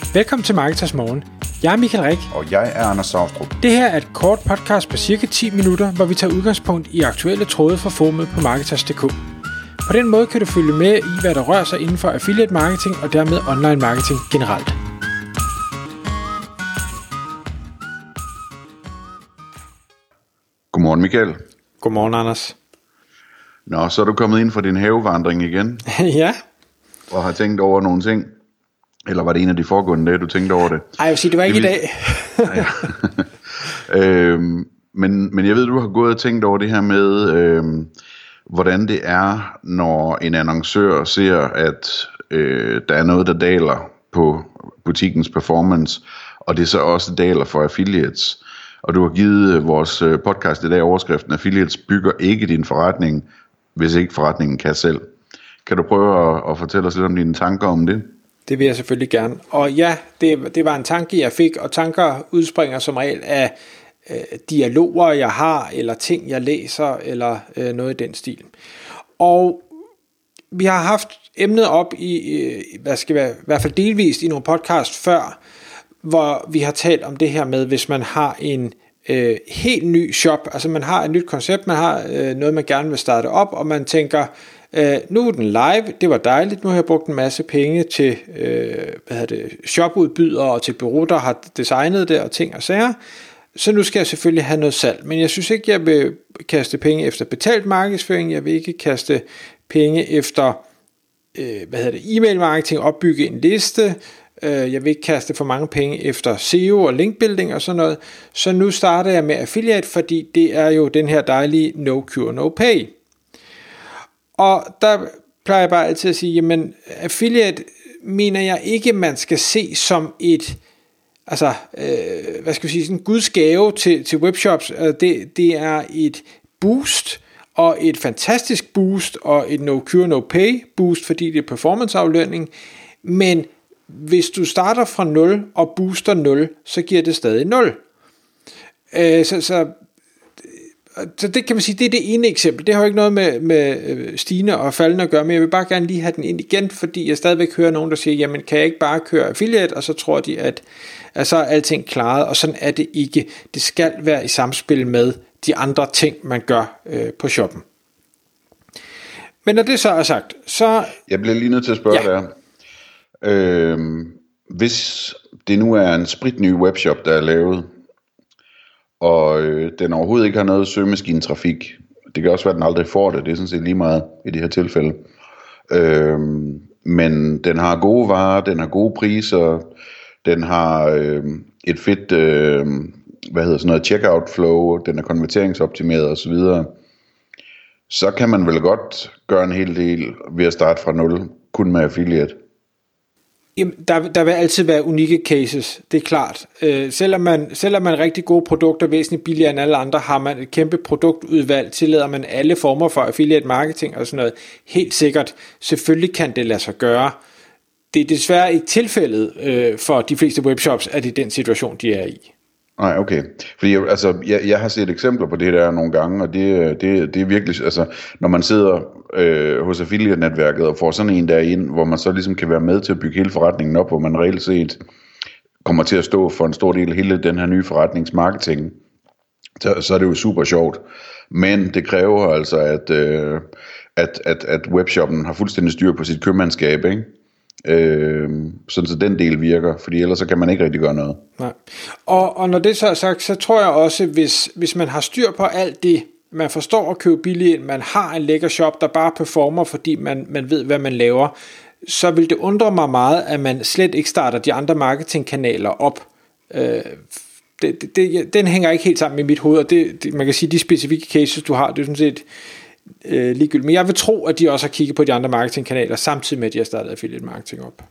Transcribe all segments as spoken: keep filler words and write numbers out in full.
Velkommen til Marketers Morgen. Jeg er Michael Rik. Og jeg er Anders Saustrup. Det her er et kort podcast på cirka ti minutter, hvor vi tager udgangspunkt i aktuelle tråde fra forumet på Marketers punktum d k. På den måde kan du følge med i, hvad der rører sig inden for affiliate marketing og dermed online marketing generelt. Godmorgen Michael. Godmorgen Anders. Nå, så er du kommet ind for din havevandring igen. Ja. Og har tænkt over nogle ting. Eller var det en af de foregående dage, du tænkte over det? Ej, jeg vil sige, det var ikke det vil... i dag. øhm, men, men jeg ved, du har gået og tænkt over det her med, øhm, hvordan det er, når en annoncør ser, at øh, der er noget, der daler på butikkens performance, og det så også daler for affiliates. Og du har givet vores podcast i dag overskriften: affiliates bygger ikke din forretning, hvis ikke forretningen kan selv. Kan du prøve at, at fortælle os lidt om dine tanker om det? Det vil jeg selvfølgelig gerne. Og ja, det, det var en tanke, jeg fik, og tanker udspringer som regel af øh, dialoger, jeg har, eller ting, jeg læser, eller øh, noget i den stil. Og vi har haft emnet op i, øh, hvad skal være, i hvert fald delvist i nogle podcast før, hvor vi har talt om det her med, hvis man har en øh, helt ny shop, altså man har et nyt koncept, man har øh, noget, man gerne vil starte op, og man tænker, øh, nu er den live, det var dejligt, nu har jeg brugt en masse penge til øh, hvad hedder det, shopudbydere og til bureau, der har designet det og ting og sager, så nu skal jeg selvfølgelig have noget salg, men jeg synes ikke, jeg vil kaste penge efter betalt markedsføring, jeg vil ikke kaste penge efter øh, hvad hedder det, e-mail marketing, opbygge en liste, jeg vil ikke kaste for mange penge efter S E O og linkbuilding og sådan noget. Så nu starter jeg med affiliate, fordi det er jo den her dejlige no cure, no pay. Og der plejer jeg bare altid at sige, jamen affiliate mener jeg ikke, man skal se som et, altså, øh, hvad skal vi sige, sådan en guds gave til, til webshops. Det, det er et boost, og et fantastisk boost, og et no cure, no pay boost, fordi det er performanceaflønning. Men hvis du starter fra nul og booster nul, så giver det stadig nul. Øh, så, så, så det kan man sige, det er det ene eksempel. Det har jo ikke noget med, med stigende og faldende at gøre, men jeg vil bare gerne lige have den ind igen, fordi jeg stadigvæk hører nogen, der siger, jamen kan jeg ikke bare køre affiliate, og så tror de, at, at så er alting klaret, og sådan er det ikke. Det skal være i samspil med de andre ting, man gør øh, på shoppen. Men når det så er sagt, så... Jeg bliver lige nødt til at spørge ja. der. Øh, hvis det nu er en spritny webshop, der er lavet, og øh, den overhovedet ikke har noget søgemaskinetrafik, det kan også være, at den aldrig får det, det er sådan set lige meget i det her tilfælde, øh, men den har gode varer, den har gode priser, den har øh, et fedt øh, hvad hedder sådan noget checkout flow, den er konverteringsoptimeret osv., så kan man vel godt gøre en hel del ved at starte fra nul, kun med affiliate. Jamen, der, der vil altid være unikke cases, det er klart. Øh, selvom, man, selvom man rigtig gode produkter, væsentligt billigere end alle andre, har man et kæmpe produktudvalg, tillader man alle former for affiliate marketing og sådan noget. Helt sikkert, selvfølgelig kan det lade sig gøre. Det er desværre ikke tilfældet øh, for de fleste webshops, at det er den situation, de er i. Nej, okay. Fordi altså, jeg, jeg har set eksempler på det der nogle gange, og det, det, det er virkelig, altså, når man sidder øh, hos affiliate-netværket og får sådan en der ind, hvor man så ligesom kan være med til at bygge hele forretningen op, hvor man reelt set kommer til at stå for en stor del af hele den her nye forretningsmarketing, så, så er det jo super sjovt. Men det kræver altså, at, øh, at, at, at webshoppen har fuldstændig styr på sit købmandskab, ikke? Øh, sådan så den del virker, fordi ellers så kan man ikke rigtig gøre noget. Nej. Og, og når det så er sagt, så tror jeg også, hvis, hvis man har styr på alt det, man forstår at købe billigt, man har en lækker shop, der bare performer, fordi man, man ved, hvad man laver, så vil det undre mig meget, at man slet ikke starter de andre marketingkanaler op. Øh, det, det, det, den hænger ikke helt sammen i mit hoved, og det, det, man kan sige, de specifikke cases, du har, det er sådan set øh, ligegyldigt. Men jeg vil tro, at de også har kigget på de andre marketingkanaler, samtidig med, at de har startet affiliate marketing op.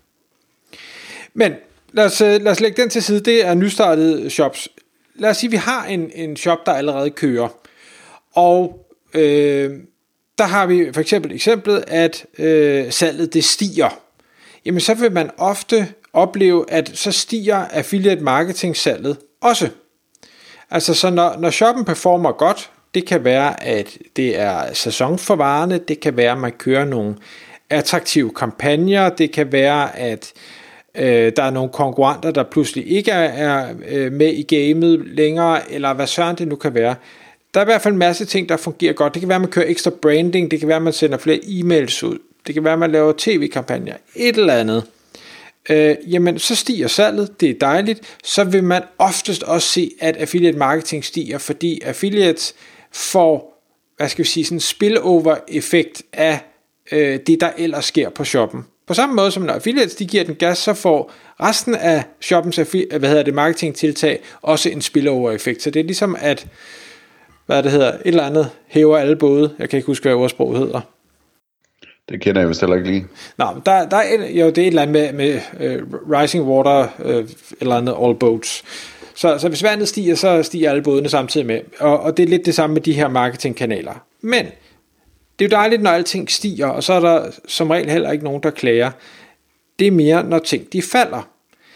Men lad os, lad os lægge den til side. Det er nystartede shops. Lad os sige, at vi har en, en shop, der allerede kører. Og øh, der har vi for eksempel eksemplet, at øh, salget det stiger. Jamen så vil man ofte opleve, at så stiger affiliate marketing salget også. Altså så når, når shoppen performer godt, det kan være, at det er sæson for varerne, det kan være, at man kører nogle attraktive kampagner, det kan være, at øh, der er nogle konkurrenter, der pludselig ikke er, er øh, med i gamet længere, eller hvad søren det nu kan være. Der er i hvert fald en masse ting, der fungerer godt. Det kan være, at man kører ekstra branding, det kan være, at man sender flere e-mails ud, det kan være, at man laver tv-kampagner, et eller andet. Øh, jamen, så stiger salget, det er dejligt. Så vil man oftest også se, at affiliate marketing stiger, fordi affiliates får, hvad skal vi sige, sådan en spillover-effekt af øh, det, der ellers sker på shoppen. På samme måde som når affiliates de giver den gas, så får resten af shoppens hvad hedder det, marketingtiltag også en spillover-effekt. Så det er ligesom at, hvad det hedder, et eller andet hæver alle både. Jeg kan ikke huske, hvad ordsproget hedder. Det kender jeg vist heller ikke lige. Nå, der, der er, jo, det er et eller andet med, med uh, rising water, uh, eller andet all boats. Så, så hvis vandet stiger, så stiger alle bådene samtidig med. Og, og det er lidt det samme med de her marketingkanaler. Men det er jo dejligt, når alting stiger, og så er der som regel heller ikke nogen, der klager. Det er mere, når ting de falder.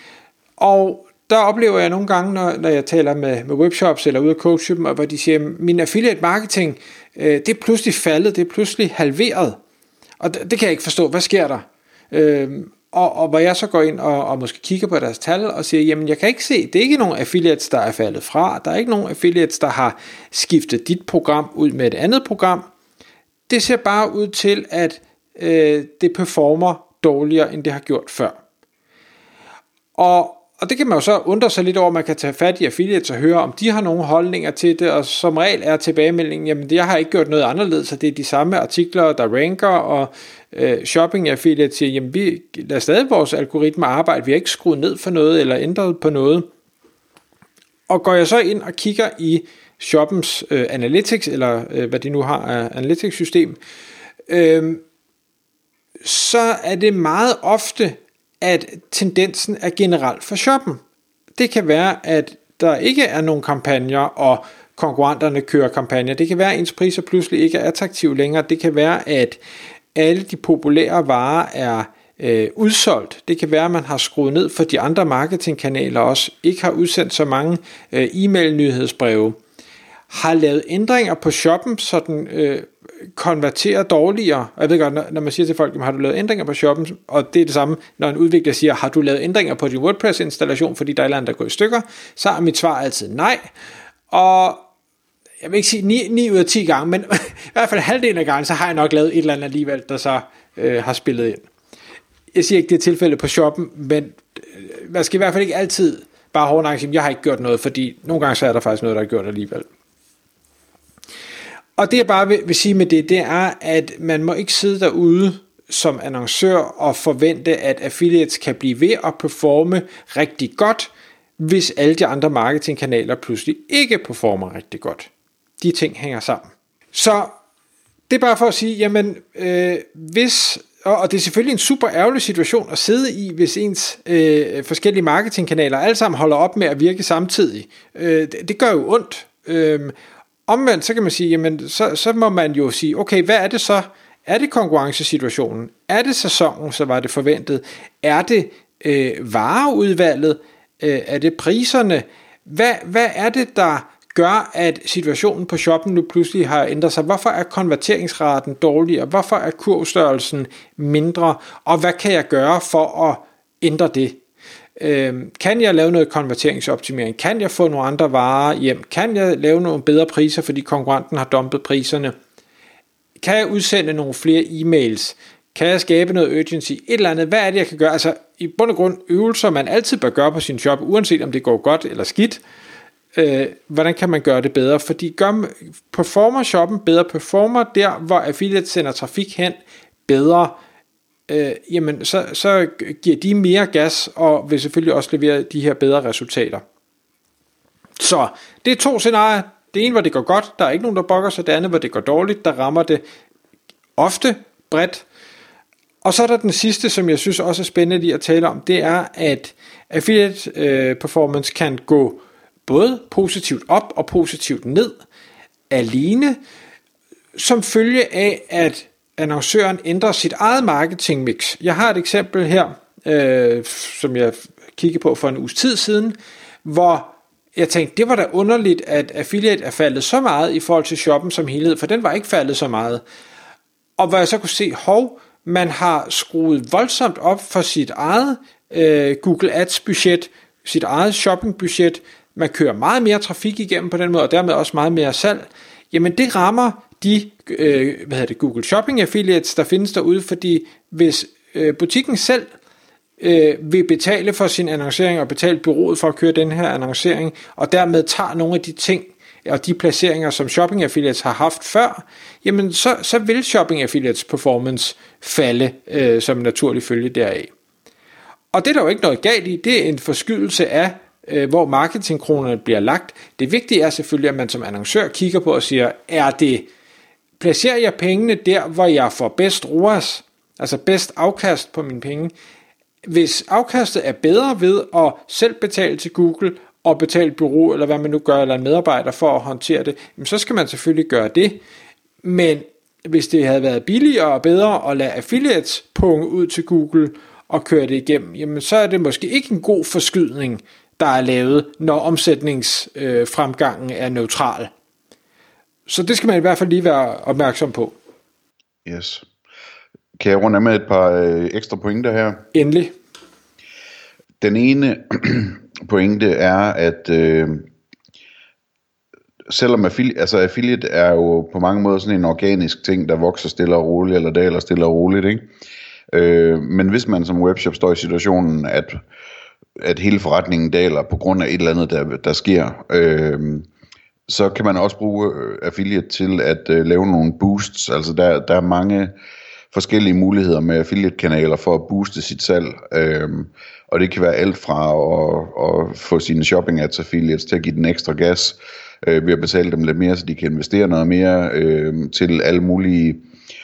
Og der oplever jeg nogle gange, når, når jeg taler med, med webshops eller ude at coache dem, hvor de siger, min affiliate marketing, øh, det er pludselig faldet, det er pludselig halveret. Og det, det kan jeg ikke forstå, hvad sker der? Øhm, og, og hvor jeg så går ind og, og måske kigger på deres tal og siger, jamen jeg kan ikke se, det er ikke nogen affiliates, der er faldet fra, der er ikke nogen affiliates, der har skiftet dit program ud med et andet program. Det ser bare ud til, at øh, det performer dårligere, end det har gjort før. Og, og det kan man jo så undre sig lidt over, man kan tage fat i affiliates og høre, om de har nogle holdninger til det, og som regel er tilbagemeldingen, jamen jeg har ikke gjort noget anderledes, så det er de samme artikler, der ranker, og øh, shopping affiliates siger, jamen vi lader stadig vores algoritmer arbejde, vi har ikke skruet ned for noget, eller ændret på noget. Og går jeg så ind og kigger i shoppens øh, analytics, eller øh, hvad de nu har af analytics system, øh, så er det meget ofte, at tendensen er generelt for shoppen. Det kan være, at der ikke er nogen kampagner, og konkurrenterne kører kampagner. Det kan være, at ens priser pludselig ikke er attraktive længere. Det kan være, at alle de populære varer er øh, udsolgt. Det kan være, at man har skruet ned for de andre marketingkanaler også, ikke har udsendt så mange øh, e-mail-nyhedsbreve, har lavet ændringer på shoppen, så den øh, konverterer dårligere. Og jeg ved godt, når, når man siger til folk, har du lavet ændringer på shoppen, og det er det samme, når en udvikler siger, har du lavet ændringer på din WordPress-installation, fordi der er et eller andet, der går i stykker, så er mit svar altid nej. Og jeg vil ikke sige ni ud af ti gange, men i hvert fald halvdelen af gangen, så har jeg nok lavet et eller andet alligevel, der så øh, har spillet ind. Jeg siger ikke, det er tilfælde på shoppen, men øh, man skal i hvert fald ikke altid bare hårdnakket sige, jeg har ikke gjort noget, fordi nogle gange så er der faktisk noget, der er gjort alligevel. Og det jeg bare vil, vil sige med det, det er, at man må ikke sidde derude som annoncør og forvente, at affiliates kan blive ved at performe rigtig godt, hvis alle de andre marketingkanaler pludselig ikke performer rigtig godt. De ting hænger sammen. Så det er bare for at sige, jamen øh, hvis, og det er selvfølgelig en super ærgerlig situation at sidde i, hvis ens øh, forskellige marketingkanaler alle sammen holder op med at virke samtidig. Øh, det, det gør jo ondt. Øh, Omvendt, så kan man sige, jamen, så, så må man jo sige, okay, hvad er det så? Er det konkurrencesituationen? Er det sæsonen, så var det forventet? Er det øh, vareudvalget? Øh, er det priserne? Hvad, hvad er det, der gør, at situationen på shoppen nu pludselig har ændret sig? Hvorfor er konverteringsraten dårligere? Hvorfor er kurvstørrelsen mindre? Og hvad kan jeg gøre for at ændre det? Kan jeg lave noget konverteringsoptimering? Kan jeg få nogle andre varer hjem? Kan jeg lave nogle bedre priser, fordi konkurrenten har dumpet priserne? Kan jeg udsende nogle flere e-mails? Kan jeg skabe noget urgency? Et eller andet. Hvad er det, jeg kan gøre? Altså i bund og grund øvelser, man altid bør gøre på sin shop, uanset om det går godt eller skidt. Øh, hvordan kan man gøre det bedre? Fordi gør, performer shoppen bedre, performer der, hvor affiliate sender trafik hen bedre, Øh, jamen så, så giver de mere gas og vil selvfølgelig også levere de her bedre resultater. Så det er to scenarier. Det ene, hvor det går godt, der er ikke nogen, der bokker sig. Det andet, hvor det går dårligt, der rammer det ofte bredt. Og så er der den sidste, som jeg synes også er spændende lige at tale om. Det er, at affiliate øh, performance kan gå både positivt op og positivt ned alene, som følge af, at annoncøren ændrer sit eget marketingmix. Jeg har et eksempel her, øh, som jeg kiggede på for en uges tid siden, hvor jeg tænkte, det var da underligt, at affiliate er faldet så meget i forhold til shoppen som helhed, for den var ikke faldet så meget. Og hvor jeg så kunne se, hov, man har skruet voldsomt op for sit eget øh, Google Ads budget, sit eget shopping budget, man kører meget mere trafik igennem på den måde, og dermed også meget mere salg, jamen det rammer de øh, hvad hedder det, Google Shopping Affiliates, der findes derude, fordi hvis øh, butikken selv øh, vil betale for sin annoncering, og betale bureauet for at køre den her annoncering, og dermed tager nogle af de ting, og de placeringer, som Shopping Affiliates har haft før, jamen så, så vil Shopping Affiliates performance falde øh, som en naturlig følge deraf. Og det er der jo ikke noget galt i, det er en forskydelse af, øh, hvor marketingkronerne bliver lagt. Det vigtige er selvfølgelig, at man som annoncør kigger på og siger, er det, placerer jeg pengene der, hvor jeg får bedst R O A S, altså bedst afkast på mine penge. Hvis afkastet er bedre ved at selv betale til Google, og betale et bureau, eller hvad man nu gør, eller en medarbejder for at håndtere det, så skal man selvfølgelig gøre det. Men hvis det havde været billigere og bedre at lade affiliates punge ud til Google og køre det igennem, jamen så er det måske ikke en god forskydning, der er lavet, når omsætningsfremgangen er neutral. Så det skal man i hvert fald lige være opmærksom på. Yes. Kan jeg runde med et par øh, ekstra pointer her? Endelig. Den ene pointe er, at øh, selvom affiliate, altså affiliate er jo på mange måder sådan en organisk ting, der vokser stille og roligt, eller daler stille og roligt, ikke? Øh, men hvis man som webshop står i situationen, at, at hele forretningen daler på grund af et eller andet, der, der sker, øh, så kan man også bruge affiliate til at øh, lave nogle boosts. Altså der, der er mange forskellige muligheder med affiliate-kanaler for at booste sit salg. Øhm, og det kan være alt fra at, at få sine shopping ads affiliates til at give den ekstra gas, øh, ved at betale dem lidt mere, så de kan investere noget mere, øh, til alle mulige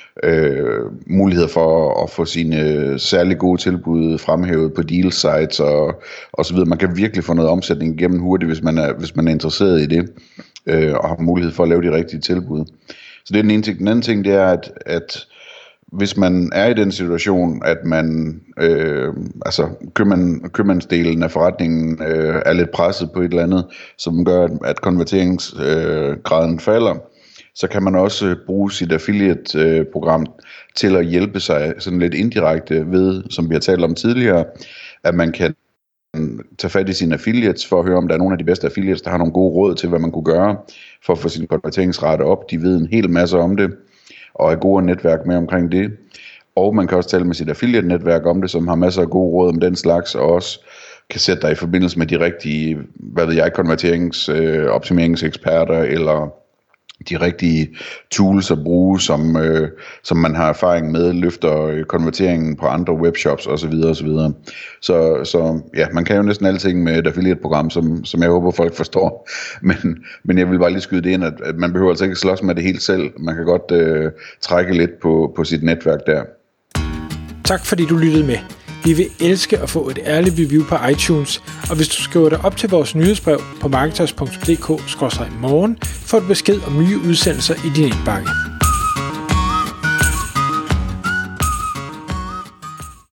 øh, muligheder for at få sine særlig gode tilbud fremhævet på deal sites og, og så videre. Man kan virkelig få noget omsætning igennem hurtigt, hvis man er, hvis man er interesseret i det, øh, og har mulighed for at lave de rigtige tilbud. Så det er den ene ting. Den anden ting, det er, at, at hvis man er i den situation, at man, øh, altså købmand, købmandsdelen af forretningen øh, er lidt presset på et eller andet, som gør, at, at konverteringsgraden øh, falder, så kan man også bruge sit affiliate-program til at hjælpe sig sådan lidt indirekte ved, som vi har talt om tidligere, at man kan tage fat i sine affiliates for at høre, om der er nogle af de bedste affiliates, der har nogle gode råd til, hvad man kunne gøre for at få sin konverteringsrate op. De ved en hel masse om det, og er gode netværk med omkring det. Og man kan også tale med sit affiliate-netværk om det, som har masser af gode råd om den slags, og også kan sætte dig i forbindelse med de rigtige, hvad ved jeg, konverterings- øh, optimeringseksperter, eller de rigtige tools at bruge, som, øh, som man har erfaring med, løfter øh, konverteringen på andre webshops osv. osv. Så, så ja, man kan jo næsten alting med et affiliate-program, som, som jeg håber folk forstår. Men, men jeg vil bare lige skyde det ind, at, at man behøver altså ikke slås med det helt selv. Man kan godt øh, trække lidt på, på sit netværk der. Tak fordi du lyttede med. Vi vil elske at få et ærligt review på iTunes, og hvis du skriver dig op til vores nyhedsbrev på marketers punktum d k skråstreg morgen, får du besked om nye udsendelser i din indbakke.